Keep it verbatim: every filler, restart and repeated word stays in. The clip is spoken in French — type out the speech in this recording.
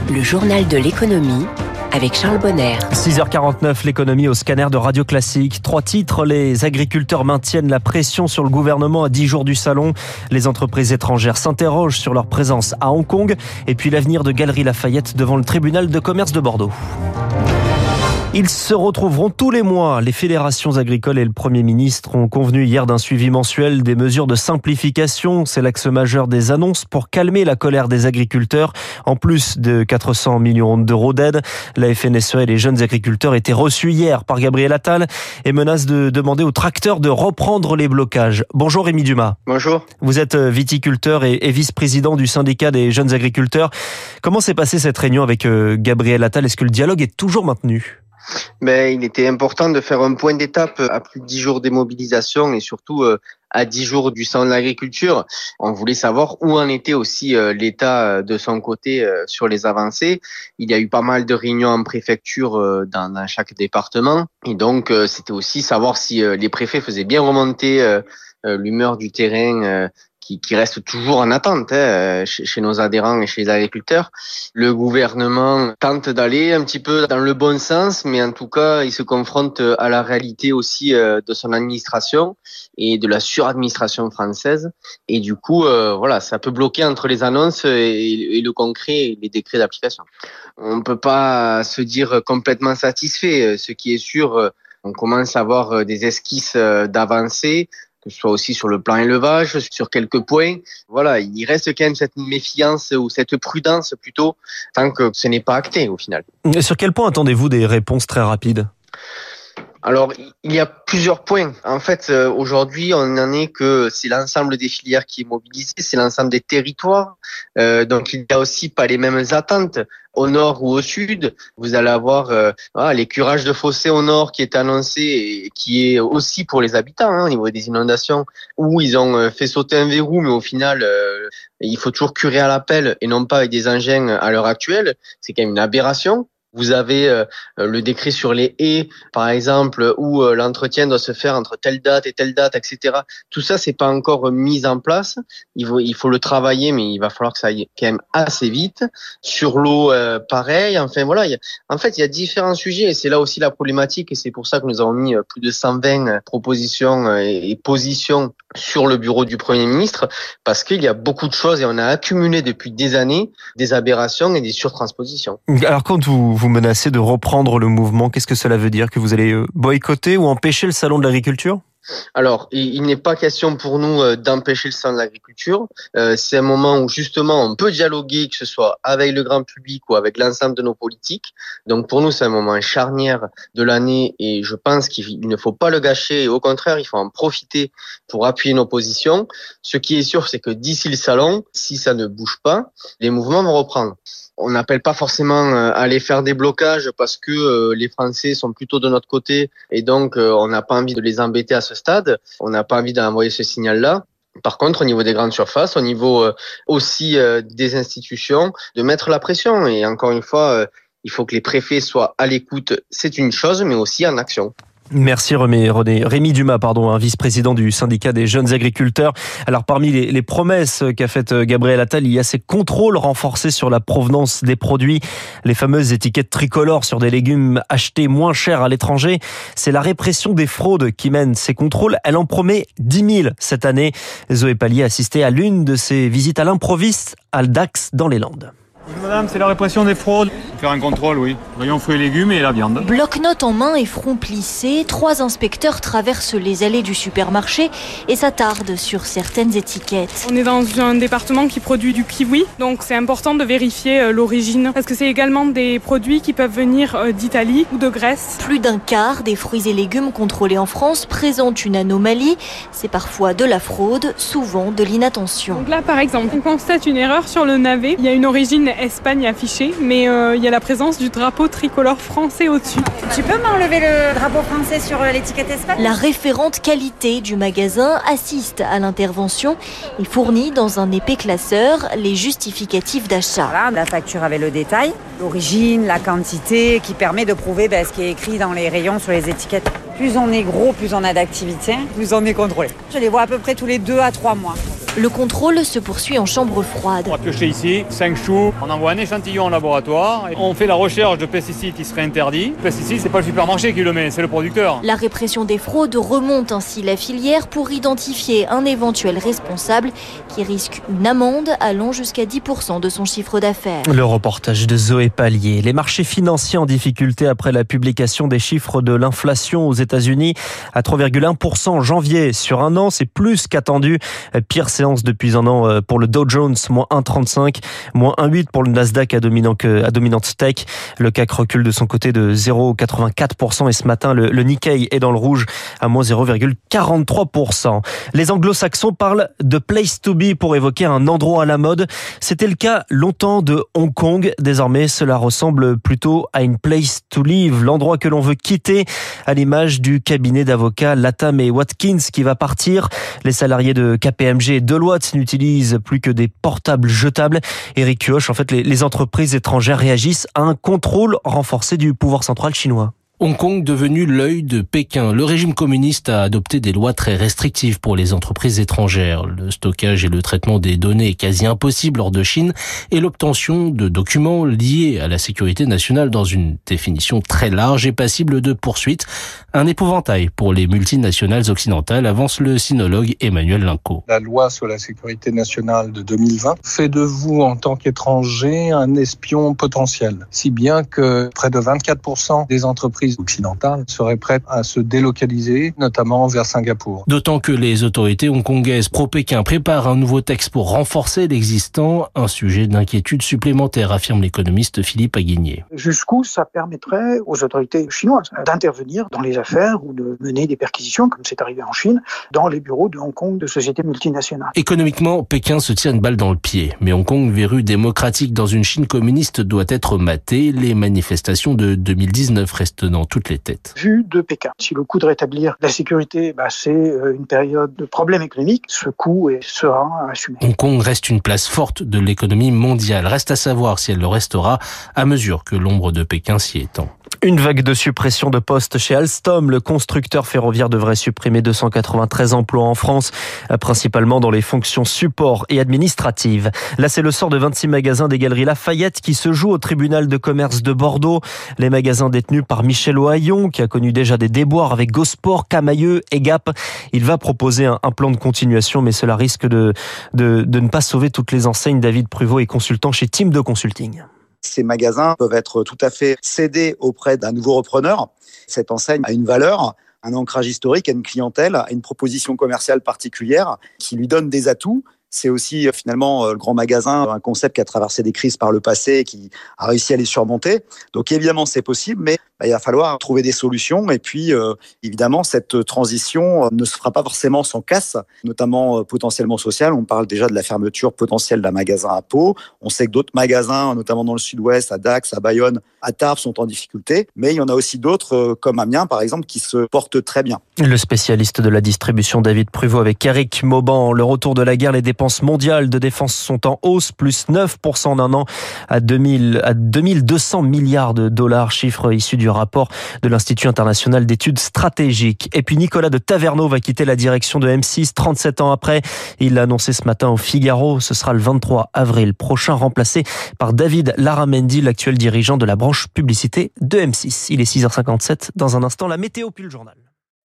Le journal de l'économie avec Charles Bonner. six heures quarante-neuf, l'économie au scanner de Radio Classique. Trois titres, les agriculteurs maintiennent la pression sur le gouvernement à dix jours du salon. Les entreprises étrangères s'interrogent sur leur présence à Hong Kong. Et puis l'avenir de Galeries Lafayette devant le tribunal de commerce de Bordeaux. Ils se retrouveront tous les mois. Les fédérations agricoles et le Premier ministre ont convenu hier d'un suivi mensuel des mesures de simplification. C'est l'axe majeur des annonces pour calmer la colère des agriculteurs. En plus de quatre cents millions d'euros d'aide, la F N S E A et les jeunes agriculteurs étaient reçus hier par Gabriel Attal et menacent de demander aux tracteurs de reprendre les blocages. Bonjour Rémi Dumas. Bonjour. Vous êtes viticulteur et, et vice-président du syndicat des jeunes agriculteurs. Comment s'est passée cette réunion avec euh, Gabriel Attal? Est-ce que le dialogue est toujours maintenu? Ben, il était important de faire un point d'étape à plus de dix jours des mobilisations et surtout euh, à dix jours du salon de l'agriculture. On voulait savoir où en était aussi euh, l'État de son côté euh, sur les avancées. Il y a eu pas mal de réunions en préfecture euh, dans, dans chaque département et donc euh, c'était aussi savoir si euh, les préfets faisaient bien remonter euh, euh, l'humeur du terrain euh, Qui, qui reste toujours en attente hein, chez, chez nos adhérents et chez les agriculteurs. Le gouvernement tente d'aller un petit peu dans le bon sens, mais en tout cas, il se confronte à la réalité aussi de son administration et de la suradministration française. Et du coup, euh, voilà, ça peut bloquer entre les annonces et, et le concret et les décrets d'application. On ne peut pas se dire complètement satisfait. Ce qui est sûr, on commence à avoir des esquisses d'avancée, que ce soit aussi sur le plan élevage, sur quelques points. Voilà, il reste quand même cette méfiance ou cette prudence plutôt, tant que ce n'est pas acté au final. Et sur quel point attendez-vous des réponses très rapides ? Alors, il y a plusieurs points. En fait, aujourd'hui, on n'en est que c'est l'ensemble des filières qui est mobilisé, c'est l'ensemble des territoires. Euh, donc, il n'y a aussi pas les mêmes attentes au nord ou au sud. Vous allez avoir euh, voilà, les curages de fossés au nord qui est annoncé et qui est aussi pour les habitants hein, au niveau des inondations, où ils ont fait sauter un verrou, mais au final, euh, il faut toujours curer à la pelle et non pas avec des engins à l'heure actuelle. C'est quand même une aberration. Vous avez euh, le décret sur les haies, par exemple, où euh, l'entretien doit se faire entre telle date et telle date, et cetera. Tout ça, c'est pas encore mis en place. Il faut, il faut le travailler, mais il va falloir que ça aille quand même assez vite. Sur l'eau, euh, pareil. Enfin voilà. Il y a, en fait, il y a différents sujets et c'est là aussi la problématique. Et c'est pour ça que nous avons mis plus de cent vingt propositions et, et positions sur le bureau du Premier ministre, parce qu'il y a beaucoup de choses et on a accumulé depuis des années des aberrations et des surtranspositions. Alors quand vous vous menacez de reprendre le mouvement, qu'est-ce que cela veut dire? Que vous allez boycotter ou empêcher le salon de l'agriculture? Alors, il n'est pas question pour nous d'empêcher le salon de l'agriculture. Euh, c'est un moment où justement on peut dialoguer, que ce soit avec le grand public ou avec l'ensemble de nos politiques. Donc pour nous, c'est un moment charnière de l'année et je pense qu'il ne faut pas le gâcher. Et au contraire, il faut en profiter pour appuyer nos positions. Ce qui est sûr, c'est que d'ici le salon, si ça ne bouge pas, les mouvements vont reprendre. On n'appelle pas forcément à aller faire des blocages parce que euh, les Français sont plutôt de notre côté et donc euh, on n'a pas envie de les embêter à ce stade. On n'a pas envie d'envoyer ce signal-là. Par contre, au niveau des grandes surfaces, au niveau euh, aussi euh, des institutions, de mettre la pression. Et encore une fois, euh, il faut que les préfets soient à l'écoute. C'est une chose, mais aussi en action. Merci René, René, Rémi Dumas, pardon, un vice-président du syndicat des jeunes agriculteurs. Alors parmi les, les promesses qu'a faites Gabriel Attal, il y a ces contrôles renforcés sur la provenance des produits, les fameuses étiquettes tricolores sur des légumes achetés moins chers à l'étranger. C'est la répression des fraudes qui mène ces contrôles. Elle en promet dix mille cette année. Zoé Pallier assistait à l'une de ses visites à l'improviste à Dax dans les Landes. Madame, c'est la répression des fraudes. Faire un contrôle, oui. Rayon fruits et légumes et la viande. Bloc-notes en main et front plissé, trois inspecteurs traversent les allées du supermarché et s'attardent sur certaines étiquettes. On est dans un département qui produit du kiwi, donc c'est important de vérifier l'origine, parce que c'est également des produits qui peuvent venir d'Italie ou de Grèce. Plus d'un quart des fruits et légumes contrôlés en France présentent une anomalie. C'est parfois de la fraude, souvent de l'inattention. Donc là, par exemple, on constate une erreur sur le navet. Il y a une origine Espagne affichée, mais euh, il y a la présence du drapeau tricolore français au-dessus. Tu peux m'enlever le drapeau français sur l'étiquette Espagne ? La référente qualité du magasin assiste à l'intervention et fournit dans un épais classeur les justificatifs d'achat. Voilà, la facture avec le détail, l'origine, la quantité, qui permet de prouver ben, ce qui est écrit dans les rayons sur les étiquettes. Plus on est gros, plus on a d'activité, plus on est contrôlé. Je les vois à peu près tous les deux à trois mois. Le contrôle se poursuit en chambre froide. On va piocher ici cinq choux, on envoie un échantillon en laboratoire, et on fait la recherche de pesticides qui seraient interdits. Le pesticide, c'est pas le supermarché qui le met, c'est le producteur. La répression des fraudes remonte ainsi la filière pour identifier un éventuel responsable qui risque une amende allant jusqu'à dix pour cent de son chiffre d'affaires. Le reportage de Zoé Pallier. Les marchés financiers en difficulté après la publication des chiffres de l'inflation aux États-Unis à trois virgule un pour cent en janvier. Sur un an, c'est plus qu'attendu. Pire séance depuis un an pour le Dow Jones, moins un virgule trente-cinq, moins un virgule huit pour le Nasdaq à, dominant, à dominante tech. Le C A C recule de son côté de zéro virgule quatre-vingt-quatre pour cent et ce matin, le, le Nikkei est dans le rouge à moins zéro virgule quarante-trois pour cent. Les anglo-saxons parlent de place to be pour évoquer un endroit à la mode. C'était le cas longtemps de Hong Kong. Désormais, cela ressemble plutôt à une place to live, l'endroit que l'on veut quitter, à l'image du cabinet d'avocats Latham et Watkins qui va partir. Les salariés de K P M G et Deloitte n'utilisent plus que des portables jetables. Éric Kioch, en fait, les, les entreprises étrangères réagissent à un contrôle renforcé du pouvoir central chinois. Hong Kong devenu l'œil de Pékin. Le régime communiste a adopté des lois très restrictives pour les entreprises étrangères. Le stockage et le traitement des données est quasi impossible hors de Chine et l'obtention de documents liés à la sécurité nationale dans une définition très large est passible de poursuites. Un épouvantail pour les multinationales occidentales, avance le sinologue Emmanuel Linco. La loi sur la sécurité nationale de deux mille vingt fait de vous, en tant qu'étranger, un espion potentiel. Si bien que près de vingt-quatre pour cent des entreprises occidentales seraient prêtes à se délocaliser, notamment vers Singapour. D'autant que les autorités hongkongaises pro-Pékin préparent un nouveau texte pour renforcer l'existant, un sujet d'inquiétude supplémentaire, affirme l'économiste Philippe Aguigné. Jusqu'où ça permettrait aux autorités chinoises d'intervenir dans les affaires ou de mener des perquisitions, comme c'est arrivé en Chine, dans les bureaux de Hong Kong de sociétés multinationales. Économiquement, Pékin se tire une balle dans le pied. Mais Hong Kong, verrue démocratique dans une Chine communiste, doit être matée. Les manifestations de deux mille dix-neuf restent dans toutes les têtes. Vu de Pékin, si le coût de rétablir la sécurité, bah, c'est une période de problème économique, ce coût est, sera assumé. Hong Kong reste une place forte de l'économie mondiale. Reste à savoir si elle le restera à mesure que l'ombre de Pékin s'y étend. Une vague de suppression de postes chez Alstom. Le constructeur ferroviaire devrait supprimer deux cent quatre-vingt-treize emplois en France, principalement dans les fonctions support et administratives. Là, c'est le sort de vingt-six magasins des Galeries Lafayette qui se joue au tribunal de commerce de Bordeaux. Les magasins détenus par Michel Ohaillon, qui a connu déjà des déboires avec Gosport, Camailleux et Gap. Il va proposer un, un plan de continuation, mais cela risque de, de, de ne pas sauver toutes les enseignes. David Pruvot est consultant chez Team de Consulting. Ces magasins peuvent être tout à fait cédés auprès d'un nouveau repreneur. Cette enseigne a une valeur, un ancrage historique, a une clientèle, a une proposition commerciale particulière qui lui donne des atouts. C'est aussi finalement le grand magasin, un concept qui a traversé des crises par le passé et qui a réussi à les surmonter. Donc évidemment c'est possible, mais bah, il va falloir trouver des solutions. Et puis euh, évidemment cette transition ne se fera pas forcément sans casse, notamment euh, potentiellement sociale. On parle déjà de la fermeture potentielle d'un magasin à Pau. On sait que d'autres magasins, notamment dans le sud-ouest, à Dax, à Bayonne, à Tarbes, sont en difficulté. Mais il y en a aussi d'autres, euh, comme Amiens par exemple, qui se portent très bien. Le spécialiste de la distribution David Pruvot avec Eric Mauban. Le retour de la guerre, les dépenses mondiales de défense sont en hausse, plus neuf pour cent d'un an à deux mille, à deux mille deux cents milliards de dollars, chiffre issu du rapport de l'Institut international d'études stratégiques. Et puis Nicolas de Taverneau va quitter la direction de M six trente-sept ans après. Il l'a annoncé ce matin au Figaro. Ce sera le vingt-trois avril prochain, remplacé par David Larramendy, l'actuel dirigeant de la branche publicité de M six. Il est six heures cinquante-sept. Dans un instant, la météo puis le journal.